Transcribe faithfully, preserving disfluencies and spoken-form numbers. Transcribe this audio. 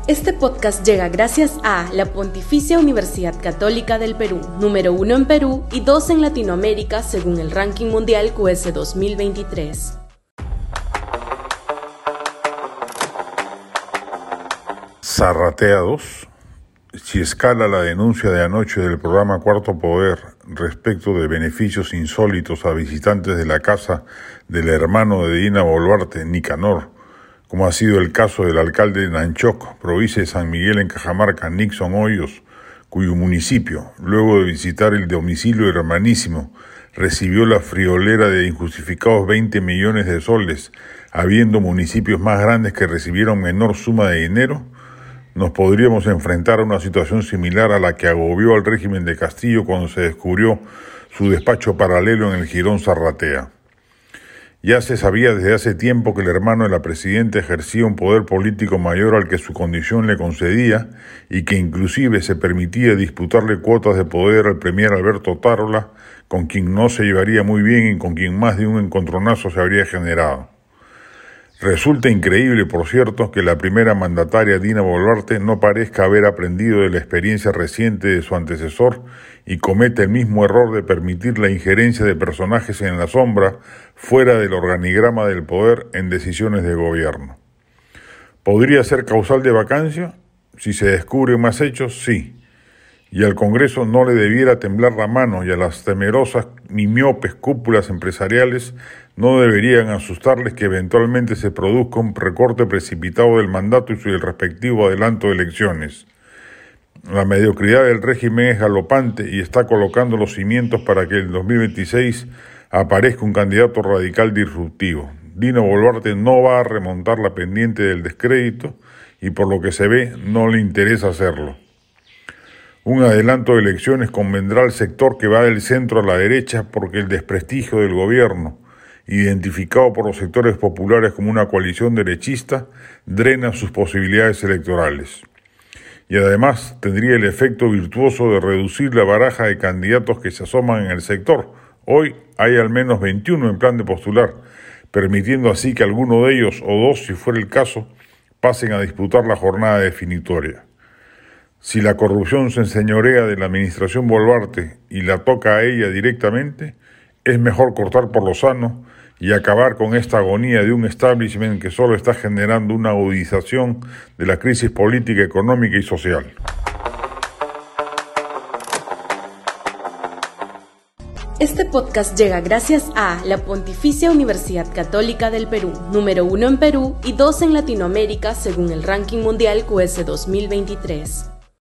Este podcast llega gracias a la Pontificia Universidad Católica del Perú, número uno en Perú y dos en Latinoamérica según el ranking mundial Q S dos mil veintitrés. Zarrateados. Si escala la denuncia de anoche del programa Cuarto Poder respecto de beneficios insólitos a visitantes de la casa del hermano de Dina Boluarte, Nicanor, como ha sido el caso del alcalde de Nanchoc, provincia de San Miguel en Cajamarca, Nixon Hoyos, cuyo municipio, luego de visitar el domicilio hermanísimo, recibió la friolera de injustificados veinte millones de soles, habiendo municipios más grandes que recibieron menor suma de dinero, nos podríamos enfrentar a una situación similar a la que agobió al régimen de Castillo cuando se descubrió su despacho paralelo en el Jirón Zarratea. Ya se sabía desde hace tiempo que el hermano de la presidenta ejercía un poder político mayor al que su condición le concedía y que inclusive se permitía disputarle cuotas de poder al premier Alberto Tarola, con quien no se llevaría muy bien y con quien más de un encontronazo se habría generado. Resulta increíble, por cierto, que la primera mandataria Dina Boluarte no parezca haber aprendido de la experiencia reciente de su antecesor y cometa el mismo error de permitir la injerencia de personajes en la sombra, fuera del organigrama del poder, en decisiones de gobierno. ¿Podría ser causal de vacancia? Si se descubren más hechos, sí. Y al Congreso no le debiera temblar la mano y a las temerosas ni miopes cúpulas empresariales no deberían asustarles que eventualmente se produzca un recorte precipitado del mandato y su respectivo adelanto de elecciones. La mediocridad del régimen es galopante y está colocando los cimientos para que en dos mil veintiséis aparezca un candidato radical disruptivo. Dina Boluarte no va a remontar la pendiente del descrédito y por lo que se ve no le interesa hacerlo. Un adelanto de elecciones convendrá al sector que va del centro a la derecha porque el desprestigio del gobierno, identificado por los sectores populares como una coalición derechista, drena sus posibilidades electorales. Y además tendría el efecto virtuoso de reducir la baraja de candidatos que se asoman en el sector. Hoy hay al menos veintiuno en plan de postular, permitiendo así que alguno de ellos, o dos si fuera el caso, pasen a disputar la jornada definitoria. Si la corrupción se enseñorea de la administración Boluarte y la toca a ella directamente, es mejor cortar por lo sano y acabar con esta agonía de un establishment que solo está generando una agudización de la crisis política, económica y social. Este podcast llega gracias a la Pontificia Universidad Católica del Perú, número uno en Perú y dos en Latinoamérica según el ranking mundial Q S dos mil veintitrés.